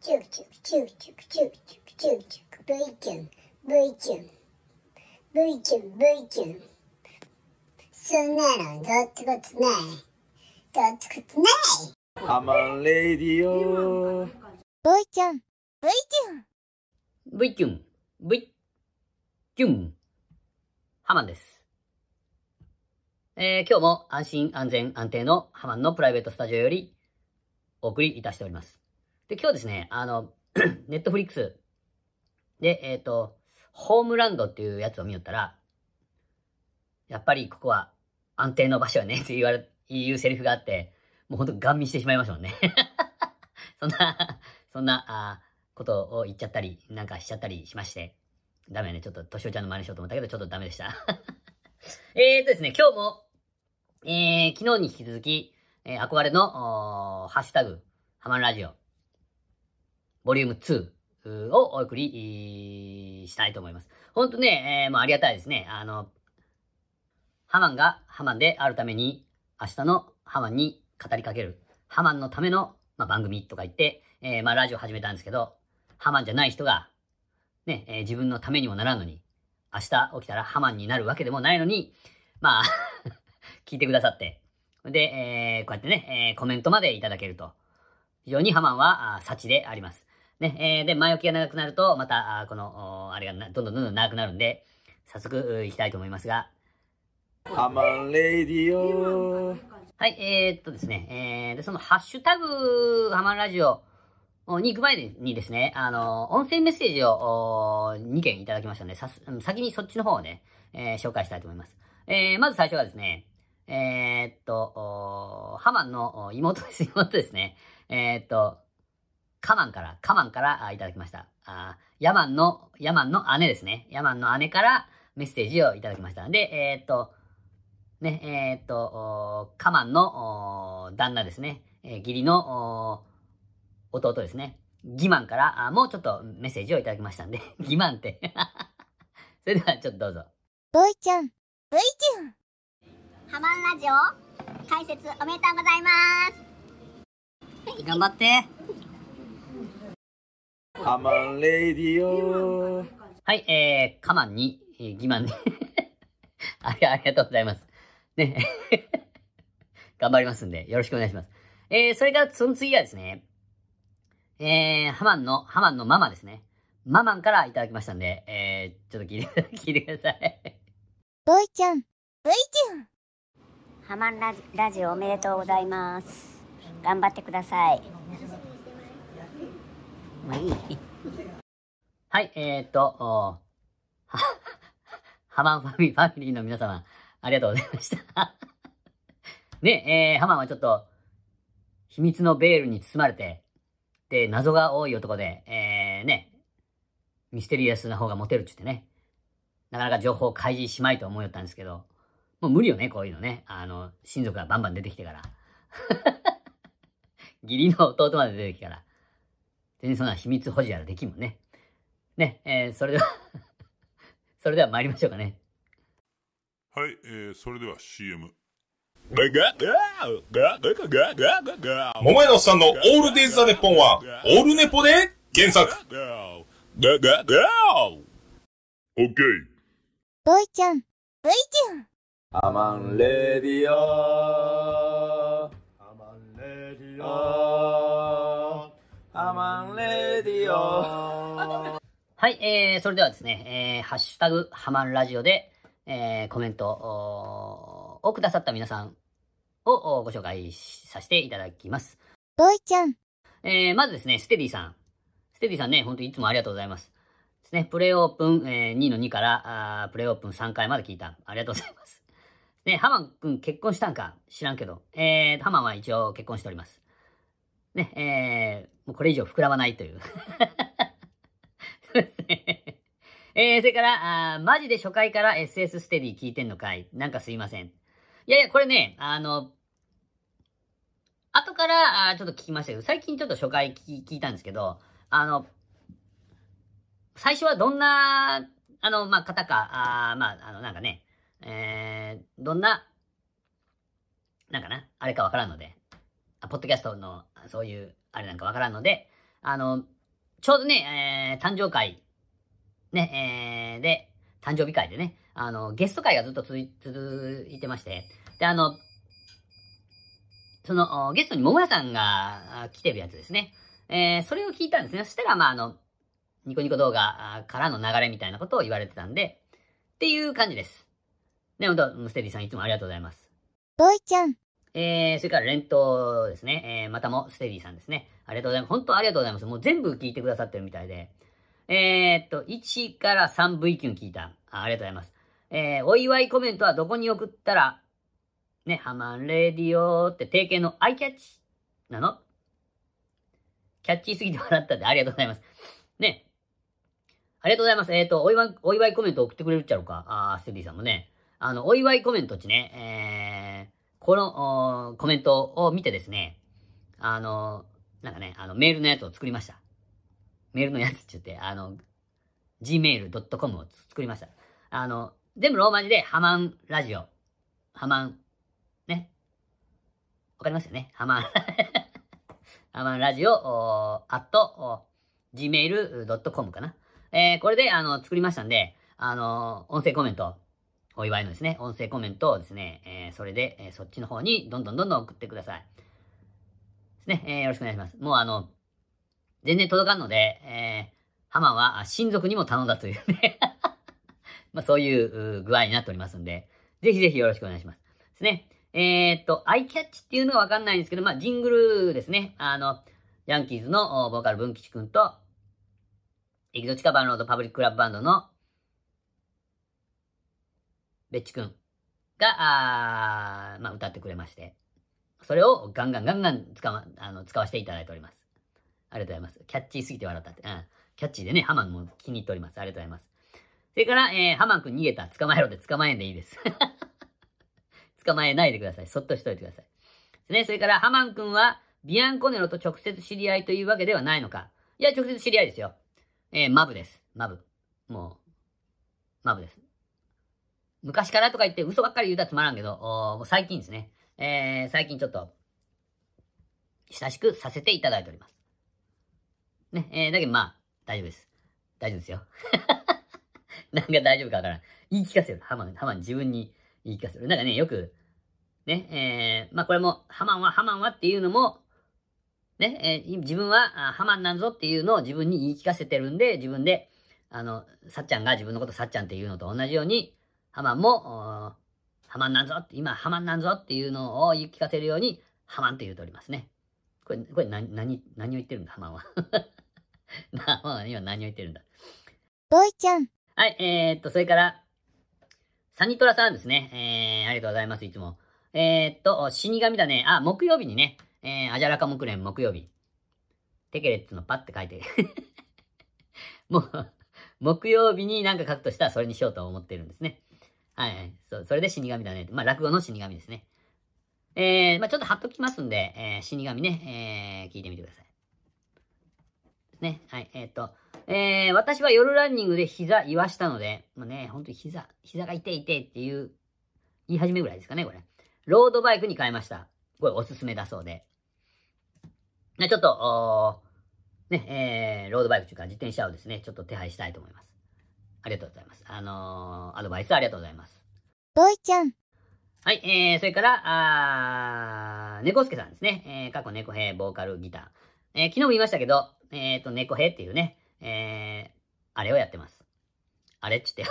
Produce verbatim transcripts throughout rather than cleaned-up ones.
チュクチュクチュクチュクチュクチュクチュクチュク V キュン V キュン V キュン V キュンそんなのどうってことないどうってことないハマンレディオ V キュン V キュン V キュン V キュンハマンです。えー、今日も安心安全安定のハマンのプライベートスタジオよりお送りいたしております。で、今日ですね、あの、ネットフリックスで、えっと、ホームランドっていうやつを見よったら、やっぱりここは安定の場所やねって言われ、言うセリフがあって、もうほんとガン見してしまいましたもんね。そんな、そんな、あことを言っちゃったり、なんかしちゃったりしまして、ダメね。ちょっと、としおちゃんの真似しようと思ったけど、ちょっとダメでした。えーとですね、今日も、えー、昨日に引き続き、えー、憧れの、ハッシュタグ、ハマンラジオ、ボリュームツーをお送りしたいと思います。ほんとね、えー、もうありがたいですね。あの、ハマンがハマンであるために、明日のハマンに語りかける、ハマンのための、まあ、番組とか言って、えー、まあラジオ始めたんですけど、ハマンじゃない人が、ね、えー、自分のためにもならんのに、明日起きたらハマンになるわけでもないのに、まあ、聞いてくださって、で、えー、こうやってね、えー、コメントまでいただけると、非常にハマンは、幸であります。ね、えー、で、前置きが長くなると、また、あこの、あれがなどんどんどんどん長くなるんで、早速、いきたいと思いますが。 ハマンレディオはい、えー、っとですね、えー、で、その、ハッシュタグ、ハマンラジオに行く前にですね、あの、音声メッセージをにけんいただきましたので、さす、先にそっちの方をね、えー、紹介したいと思います。えー、まず最初はですね、えー、っと、ハマンの妹です、妹ですね。えー、っと、カマンから、カマンからいただきました。あヤマンの、ヤマンの姉ですね。ヤマンの姉からメッセージをいただきました。で、えー、っと、ね、えー、っと、カマンの旦那ですね。えー、義理の弟ですね。ギマンからあもうちょっとメッセージをいただきましたんで、ギマンって。それではちょっとどうぞ。 V キュン V キュンハマンラジオ解説おめでとうございます。 頑張って。 ハマンレディオはい、えー、カマンに、えー、ギマンであり。ありがとうございます。ね。頑張りますんで、よろしくお願いします。えー、それからその次はですね、えー、ハマンの、ハマンのママですね。ママンからいただきましたんで、えー、ちょっと聞いて、聞いてください。 V キュン V キュンハマンラジ、ラジオおめでとうございます。頑張ってください。 まあいい。はい、えーっと、は、ハマンファミリー、ファミリーの皆様、ありがとうございました。ね、えー、ハマンはちょっと、秘密のベールに包まれて、で、謎が多い男で、えー、ね、ミステリアスな方がモテるっちゅってね、なかなか情報開示しまいと思いよったんですけど、もう無理よね、こういうのね。あの、親族がバンバン出てきてから。義理の弟まで出てきてから。全然そんな秘密保持やらできんもんね。ね、えー、それでは、それでは参りましょうかね。 はい、えー、それでは シーエム。 桃屋のおっさんのオールデイズ・ザ・ネッポンは、オールネポで検索。 オッケー。 V キュン V キュンハマンレディオハマンレディオハマンレディオはい、えー、それではですね、えー、ハッシュタグ、ハマンラジオで、えー、コメントをくださった皆さんをご紹介させていただきます。 V キュンえー、まずですね、ステディさん。ステディさんね、ほんといつもありがとうございます。ですね、プレイオープン、えー、にのにからあプレイオープンさんかいまで聞いた。ありがとうございます。ね、ハマンくん結婚したんか知らんけど、えー、ハマンは一応結婚しております。ね、えー、もうこれ以上膨らまないという。そうですね。えー、それから、あマジで初回から エスエス ステディ聞いてんのかいなんかすいません。いやいや、これね、あの、後からあちょっと聞きましたけど、最近ちょっと初回聞聞いたんですけど、あの、最初はどんな、あの、まあ、方か、あまあ、あの、なんかね、えー、どんな、なんかな、あれかわからんので、あポッドキャストの、そういう、あれなんかわからんので、あの、 ちょうどね、えー、誕生会、ね、えー、で、誕生日会でね、あの、ゲスト会がずっと続い、続いてまして、で、あの、その、ゲストに桃屋さんが来てるやつですね。えー、それを聞いたんですね。そしたら、まあ、あの、ニコニコ動画からの流れみたいなことを言われてたんで、っていう感じです。ね、ほんと、ステディさんいつもありがとうございます。 ボイちゃん。 えー、それから連投ですね。えー、またもステディさんですね。ありがとうございます。本当ありがとうございます。もう全部聞いてくださってるみたいで。えー、っと、いちから さんブイ キュン聞いたあ。ありがとうございます。えー、お祝いコメントはどこに送ったら、ね、ハマンレディオって定型のアイキャッチなの？キャッチーすぎて笑ったんでありがとうございます。ね。ありがとうございます。えっ、ー、と、お祝い、お祝いコメント送ってくれるっちゃろうか。あー、ステディさんもね。あの、お祝いコメントっちね、えー、この、コメントを見てですね、あの、なんかね、あの、メールのやつを作りました。メールのやつって言って、あの、ジーメールドットコム を作りました。あの、全部ローマ字で、ハマンラジオ。ハマン、ね。わかりますよね。ハマン、ハマンラジオ、アット、ジーメールドットコム かな。えー、これで、あの、作りましたんで、あの、音声コメント、お祝いのですね、音声コメントをですね、えー、それで、えー、そっちの方にどんどんどんどん送ってください。ですね、えー、よろしくお願いします。もうあの、全然届かんので、えー、ハマンは親族にも頼んだというね、まあそういう具合になっておりますんで、ぜひぜひよろしくお願いします。ですね。えー、っと、アイキャッチっていうのがわかんないんですけど、まあジングルですね。あの、ヤンキーズのボーカル文吉くんと、エキゾチカバンロードパブリッククラブバンドのベッチくんが、あまあ、歌ってくれまして、それをガンガンガンガン使わ、あの、使わせていただいております。ありがとうございます。キャッチーすぎて笑ったって。うん。キャッチーでね、ハマンも気に入っております。ありがとうございます。それから、えー、ハマンくん逃げた。捕まえろって捕まえんでいいです。捕まえないでください。そっとしといてください。ですね。それから、ハマンくんは、ビアンコネロと直接知り合いというわけではないのか。いや、直接知り合いですよ。えー、マブです。マブ。もう、マブです。昔からとか言って嘘ばっかり言うたらつまらんけど、もう最近ですね。えー、最近ちょっと、親しくさせていただいております。ね、えー、だけどまあ、大丈夫です。大丈夫ですよ。なんか大丈夫かわからん。言い聞かせる。ハマン、ハマン自分に言い聞かせる。なんかね、よく、ね、えー、まあこれも、ハマンはハマンはっていうのも、ね、えー、自分はハマンなんぞっていうのを自分に言い聞かせてるんで、自分で、あの、さっちゃんが自分のことさっちゃんっていうのと同じように、ハマンも、ハマンなんぞって、今ハマンなんぞっていうのを言い聞かせるように、ハマンって言うとおりますね。これ、これ何、何、何を言ってるんだ、ハマンは。ハマンは今何を言ってるんだ。 ボイちゃん。 はい、えー、っと、それから、サニトラさんですね。えー、ありがとうございます、いつも。えー、っと、死神だね。あ、木曜日にね、えー、アジャラカ木蓮木曜日。テケレッツのパって書いて。もう、木曜日に何か書くとしたらそれにしようと思ってるんですね。はい、はい。そ、それで死神だね。まあ、落語の死神ですね。えー、まあ、ちょっと貼っときますんで、えー、死神ね、えー、聞いてみてください。ですね。はい、えー、っと、えー、私は夜ランニングで膝言わしたので、まあね、ほんとに膝、膝が痛い痛いっていう、言い始めぐらいですかね、これ。ロードバイクに変えました。これおすすめだそうで。ちょっと、ね、えー、ロードバイクというか自転車をですね、ちょっと手配したいと思います。ありがとうございます。あのー、アドバイスありがとうございます。 ボイちゃん。 はい、えー、それから、あー、猫助さんですね。えー、過去猫兵ボーカルギター。えー、昨日も言いましたけど、えーと、猫兵っていうね、えー、あれをやってます。あれっちって、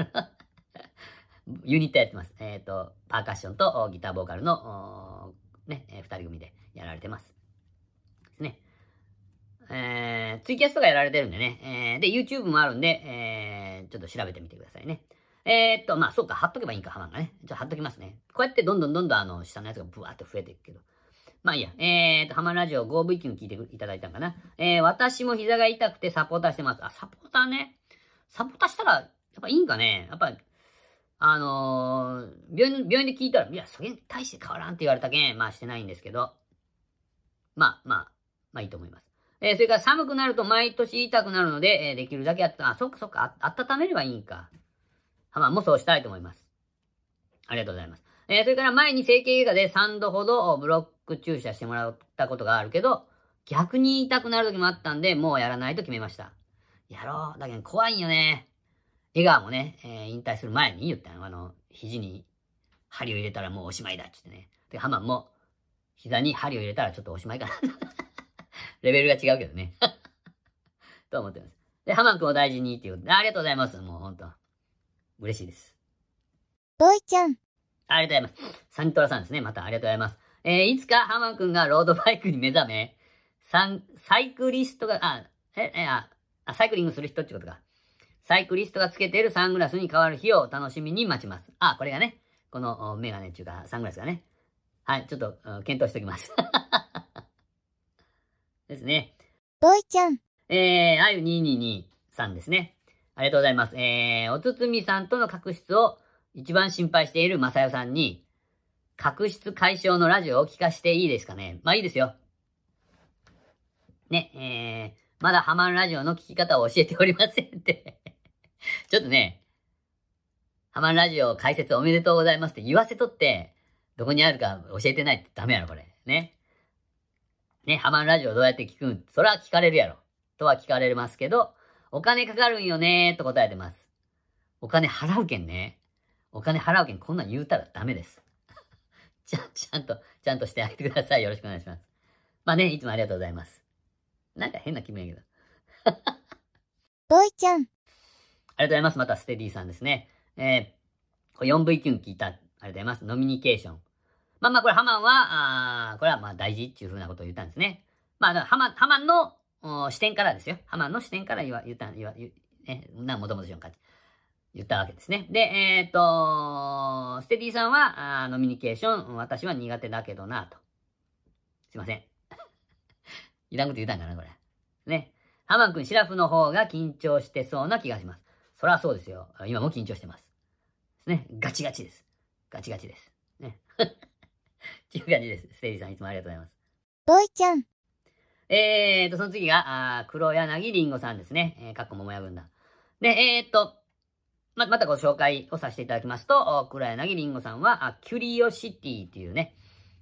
ユニットやってます。えーと、パーカッションとギターボーカルの、ね、えー、二人組でやられてます。ですね。えー、ツイキャスとかやられてるんでね。えー、で、YouTube もあるんで、えー、ちょっと調べてみてくださいね。えー、っと、まあ、そうか、貼っとけばいいか、ハマンがね。ちょっと貼っときますね。こうやってどんどんどんどん、あの、下のやつがブワーって増えていくけど。まあいいや。えー、っと、ハマンラジオ ごブイ キュン聞いていただいたんかな。えー、私も膝が痛くてサポーターしてます。あ、サポーターね。サポーターしたら、やっぱいいんかね。やっぱ、あのー、病院、病院で聞いたら、いや、それに対して変わらんって言われたけん、まあしてないんですけど。まあ、まあ、まあいいと思います。えー、それから寒くなると毎年痛くなるので、えー、できるだけあった、あ、そっかそっか、あ、温めればいいんか。ハマンもそうしたいと思います。ありがとうございます。えー、それから前に整形外科でさんどほどブロック注射してもらったことがあるけど、 逆に痛くなる時もあったんで、もうやらないと決めました。やろう。だけど怖いんよね。江川もね、えー、引退する前に言ったの。あの、肘に針を入れたらもうおしまいだって言ってね。で、ハマンも、膝に針を入れたらちょっとおしまいかな。レベルが違うけどね。と思ってます。で、ハマン君を大事にっていうことで、ありがとうございます。もうほんと。嬉しいです。 ボイちゃん。 ありがとうございます。サニトラさんですね。またありがとうございます。えー、いつかハマン君がロードバイクに目覚め、サン、サイクリストが、あ、え、え、あ、あ、サイクリングする人ってことか。サイクリストがつけているサングラスに変わる日を楽しみに待ちます。あ、これがね、このメガネっていうか、サングラスがね。はい、ちょっと、検討しておきます。ですね。 ボイちゃん。 えー、あゆにひゃくにじゅうにさんですね。ありがとうございます。えー、おつつみさんとの確執を一番心配しているまさよさんに、確執解消のラジオを聞かせていいですかね。まあいいですよ。ね、えー、まだハマンラジオの聞き方を教えておりませんって。ちょっとね、ハマンラジオ解説おめでとうございますって言わせとって、どこにあるか教えてないってダメやろ、これ。ね。ね、ハマンラジオどうやって聞くん？それは聞かれるやろ。とは聞かれますけど、お金かかるんよねーと答えてます。お金払うけんね。お金払うけんこんなん言うたらダメです。ちゃん、ちゃんと、ちゃんとしてあげてください。よろしくお願いします。まあね、いつもありがとうございます。なんか変な気分やけど。 ボイちゃん。 ありがとうございます。またステディさんですね。えー、よんブイキュン聞いた。ありがとうございます。ノミニケーション。まあまあ、これハマンは、あこれはまあ大事っていう風なことを言ったんですね。まあ、ハマン、ハマンの視点からですよ。ハマンの視点から言わ、言った、言わ、言ね、な、もともとしようかって言ったわけですね。で、えっと、ステディさんは、あノミニケーション、私は苦手だけどなと。すいません。いらんこと言ったんかな、これ。ね。ハマン君、シラフの方が緊張してそうな気がします。そりゃそうですよ。今も緊張してます。ですね。ガチガチです。ガチガチです。ね。っていう感じです。ステディさん、いつもありがとうございます。 ボイちゃん。 えーと、その次が、あ黒柳りんごさんですね。えー、かっこ桃屋軍団。で、えーと、ま、またご紹介をさせていただきますと、黒柳りんごさんは、あキュリオシティっていうね、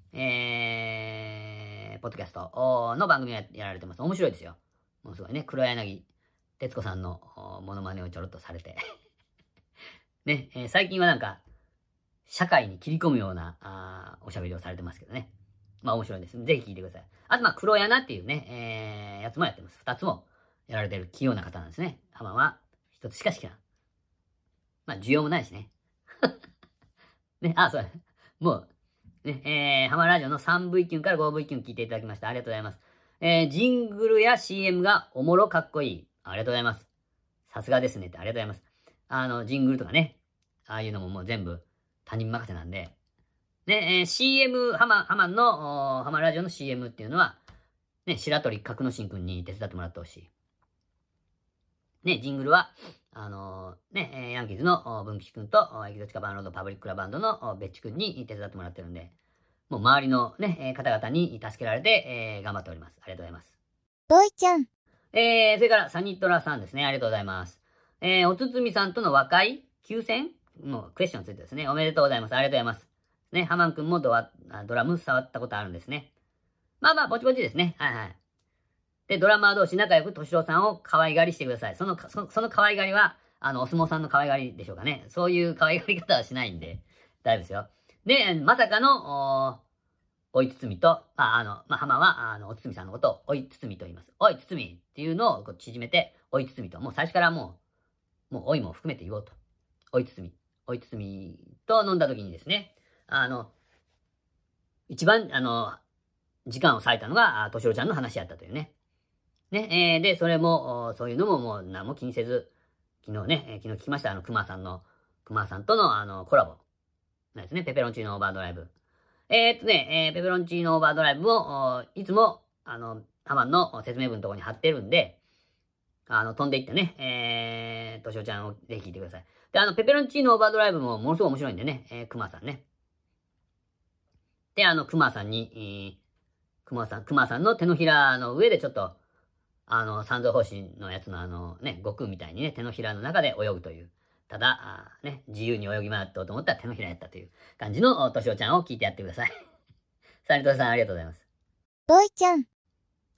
えー、ポッドキャストの番組をやられてます。面白いですよ。もうすごいね、黒柳徹子さんのモノマネをちょろっとされて。ね、えー、最近はなんか、社会に切り込むような、あおしゃべりをされてますけどね。まあ面白いです。ぜひ聞いてください。あとまあ黒柳っていうね、えー、やつもやってます。二つもやられてる器用な方なんですね。ハマンは一つしか知らん。まあ需要もないしね。ね、あ、そう。もう、ね、えー、ハマラジオの スリーブイ キュンから フォーブイ キュン聞いていただきました。ありがとうございます。えー、ジングルや シーエム がおもろかっこいい。ありがとうございます。さすがですねってありがとうございます。あの、ジングルとかね、ああいうのももう全部他人任せなんで、ね、えー、シーエム、ハマン、ハマンの、ハマラジオの シーエム っていうのは、ね、白鳥角之進くんに手伝ってもらってほしい。ね、ジングルは、あのー、ね、えー、ヤンキーズの文吉くんと、エキゾチカバンロードパブリックラバンドのベッチくんに手伝ってもらってるんで、もう周りのね、えー、方々に助けられて、えー、頑張っております。ありがとうございます。 ボイちゃん。 えー、それからサニトラさんですね。ありがとうございます。えー、おつつみさんとの和解休戦もうクエスチョンついてですね。おめでとうございます。ありがとうございます。ね、ハマンくんもドアドラム触ったことあるんですね。まあまあ、ぼちぼちですね。はいはい。で、ドラマー同士仲良く敏郎さんを可愛がりしてください。その、そその可愛がりは、あの、お相撲さんの可愛がりでしょうかね。そういう可愛がり方はしないんで、大丈夫ですよ。で、まさかの、お、おいつつみと、あ、あの、まあ、ハマは、あの、おつつみさんのことを、おいつつみと言います。おいつつみっていうのをこう縮めて、おいつつみと。もう最初からもう、もう、おいも含めて言おうと。おいつつみ。おいつつみと飲んだ時にですね、あの、一番、あの、時間を割いたのが、としろちゃんの話やったというね。ね、えー、で、それも、そういうのももう何も気にせず、昨日ね、えー、昨日聞きました、あの、熊さんの、熊さんとの、あの、コラボ。なんですね、ペペロンチーノオーバードライブ。えー、っとね、えー、ペペロンチーノオーバードライブも、いつも、あの、ハマンの説明文のところに貼ってるんで、あの、飛んでいってね、えー、としろちゃんをぜひ聞いてください。で、あの、ペペロンチーノオーバードライブもものすごい面白いんでね、えー、熊さんね。で、あの、熊さんに、えー、熊さん、熊さんの手のひらの上でちょっと、あの、三蔵法師のやつのあの、ね、悟空みたいにね、手のひらの中で泳ぐという。ただ、あね、自由に泳ぎ回ったと思ったら手のひらやったという感じのとしおちゃんを聞いてやってください。サニトラさんありがとうございます。 ボイちゃん。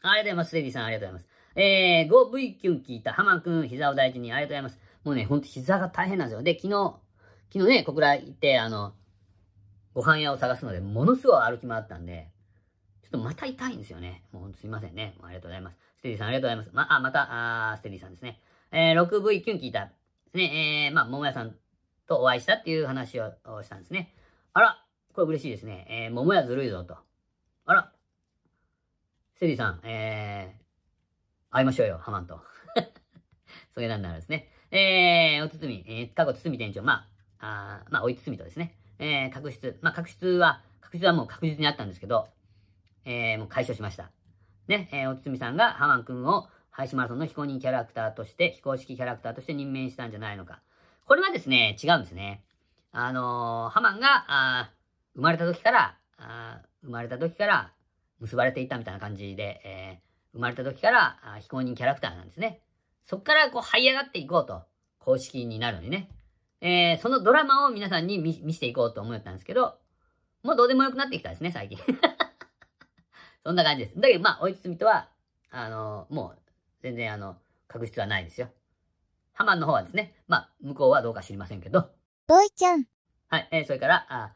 ありがとうございます。ステディさん、ありがとうございます。えー、ごブイ キュン聞いたハマンくん、膝を大事に、ありがとうございます。もうね、ほんと膝が大変なんですよ。で、昨日、昨日ね、小倉行って、あの、ご飯屋を探すので、ものすごい歩き回ったんで、ちょっとまた痛いんですよね。もうほんとすいませんね。ありがとうございます。ステディさん、ありがとうございます。ま、あ、また、あステディさんですね。えー、ろくブイ キュン聞いた。ですね、えー、まあ、桃屋さんとお会いしたっていう話をしたんですね。あら、これ嬉しいですね。えー、桃屋ずるいぞと。あら、ステディさん、えー、会いましょうよ、ハマンと。それなんならですね。えー、おつつみ、えー、過去つつみ店長、まあ、あまあ、おいつつみとですね。えー、確執。まあ、確執は、確執はもう確実にあったんですけど、えー、もう解消しました。ね、えー、おつつみさんがハマン君を廃止マラソンの非公認キャラクターとして、非公式キャラクターとして任命したんじゃないのか。これはですね、違うんですね。あのー、ハマンが、あ生まれた時から、あ生まれた時から結ばれていたみたいな感じで、えー、生まれた時からあ非公認キャラクターなんですね。そこからこう、這い上がっていこうと。公式になるのにね。えー、そのドラマを皆さんに見、見せていこうと思ったんですけど、もうどうでもよくなってきたですね、最近。そんな感じです。だけど、まあ、おいつつみとは、あのー、もう、全然、あの、確執はないですよ。ハマンの方はですね、まあ、向こうはどうか知りませんけど。 ボイちゃん。 はい、えー、それから、あ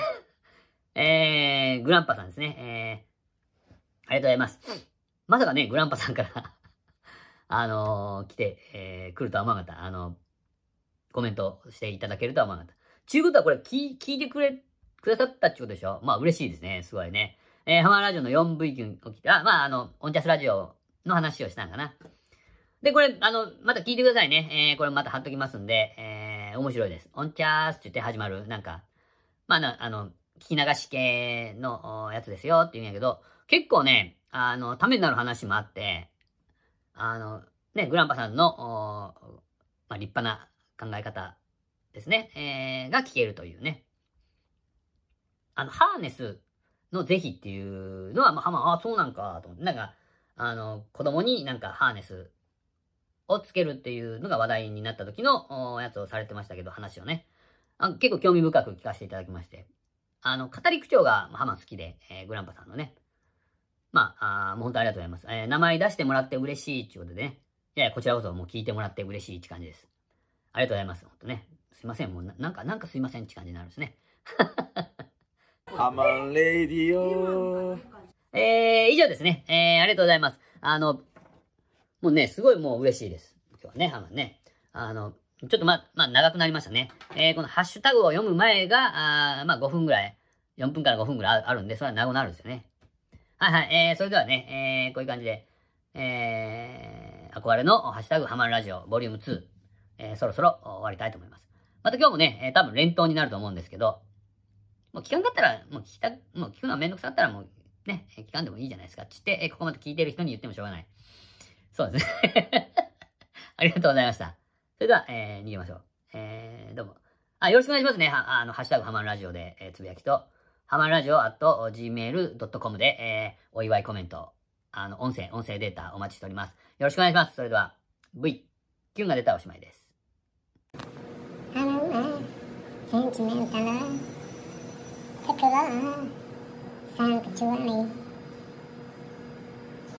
えー、グランパさんですね。えー、ありがとうございます。まさかね、グランパさんからあのー、来て、えー、来るとは思わなかった。あの、コメントしていただけるとは思わなかった。ちゅうことはこれ聞、聞いてくれ、くださったってことでしょ？まあ嬉しいですね。すごいね。えー、ハマーラジオの よんブイ 級起きて、あ、まああの、オンチャスラジオの話をしたんかな。で、これ、あの、また聞いてくださいね。えー、これまた貼っときますんで、えー、面白いです。オンチャースって言って始まる、なんか、まあな、あの、聞き流し系のやつですよって言うんやけど、結構ね、あの、ためになる話もあって、あの、ね、グランパさんの、まあ、立派な考え方ですね、えー、が聞けるというね。あの、ハーネスの是非っていうのは、まあ、まあ、あ、そうなんか、と思って、なんか、あの、子供になんかハーネスをつけるっていうのが話題になった時のやつをされてましたけど、話をね。あの結構興味深く聞かせていただきまして。あの、語り口調がハマ好きで、えー、グランパさんのね。まあ、あもう本当ありがとうございます。えー、名前出してもらって嬉しいっていうことでね。いや、こちらこそもう聞いてもらって嬉しいって感じです。ありがとうございます。本当ね。すいません。もうな、なんか、なんかすいませんって感じになるんですね。 ハマンレディオ。 えー、以上ですね。えー、ありがとうございます。あの、もうね、すごいもう嬉しいです。今日はね、ハマンね。あの、ちょっとま、まあ、長くなりましたね。えー、このハッシュタグを読む前が、あまあ、ごふんぐらい、よんぷんからごふんぐらいあるんで、それは長くなるんですよね。はいはい、えー、それではね、えー、こういう感じで、えー、憧れのハッシュタグハマンラジオボリュームツー、えー、そろそろ終わりたいと思います。また今日もね、えー、多分連投になると思うんですけど、もう聞かんかったら、もう聞きた、もう聞くのはめんどくさかったらもうね、聞かんでもいいじゃないですか。つって、えー、ここまで聞いてる人に言ってもしょうがない。そうですね。ありがとうございました。それでは、えー、逃げましょう。えー、どうも。あ、よろしくお願いしますね。は、あの、ハッシュタグハマンラジオで、えー、つぶやきと、ハマンラジオ アット ジーメール ドット コム で、えー、お祝いコメント、あの、音声、音声データお待ちしております。よろしくお願いします。それでは、V、キュンが出たらおしまいです。 あのね、センチメンタル、テクラ、サンクチュアリ。